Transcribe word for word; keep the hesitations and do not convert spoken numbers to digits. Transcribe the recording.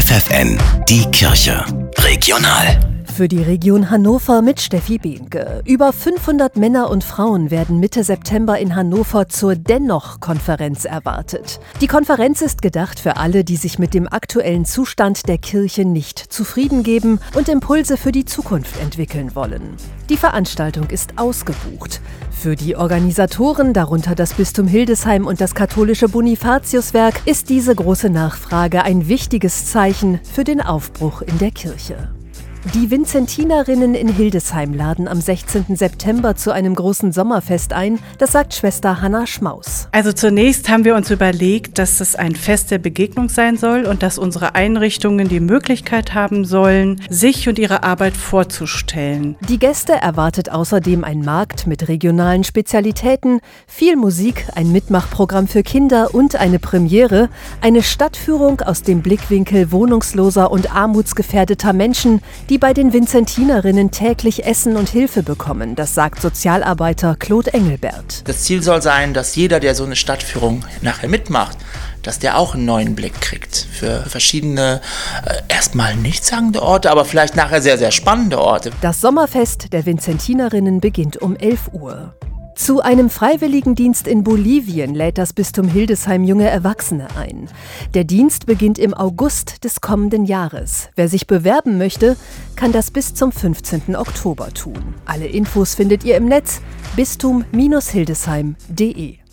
F F N, die Kirche. Regional. Für die Region Hannover mit Steffi Behnke. Über fünfhundert Männer und Frauen werden Mitte September in Hannover zur Dennoch-Konferenz erwartet. Die Konferenz ist gedacht für alle, die sich mit dem aktuellen Zustand der Kirche nicht zufrieden geben und Impulse für die Zukunft entwickeln wollen. Die Veranstaltung ist ausgebucht. Für die Organisatoren, darunter das Bistum Hildesheim und das katholische Bonifatiuswerk, ist diese große Nachfrage ein wichtiges Zeichen für den Aufbruch in der Kirche. Die Vinzentinerinnen in Hildesheim laden am sechzehnten September zu einem großen Sommerfest ein, das sagt Schwester Hanna Schmaus. Also zunächst haben wir uns überlegt, dass es ein Fest der Begegnung sein soll und dass unsere Einrichtungen die Möglichkeit haben sollen, sich und ihre Arbeit vorzustellen. Die Gäste erwartet außerdem ein Markt mit regionalen Spezialitäten, viel Musik, ein Mitmachprogramm für Kinder und eine Premiere, eine Stadtführung aus dem Blickwinkel wohnungsloser und armutsgefährdeter Menschen, die bei den Vinzentinerinnen täglich Essen und Hilfe bekommen, das sagt Sozialarbeiter Claude Engelbert. Das Ziel soll sein, dass jeder, der so eine Stadtführung nachher mitmacht, dass der auch einen neuen Blick kriegt für verschiedene, äh, erstmal nichtssagende Orte, aber vielleicht nachher sehr, sehr spannende Orte. Das Sommerfest der Vinzentinerinnen beginnt um elf Uhr. Zu einem Freiwilligendienst in Bolivien lädt das Bistum Hildesheim junge Erwachsene ein. Der Dienst beginnt im August des kommenden Jahres. Wer sich bewerben möchte, kann das bis zum fünfzehnten Oktober tun. Alle Infos findet ihr im Netz bistum Hildesheim punkt de.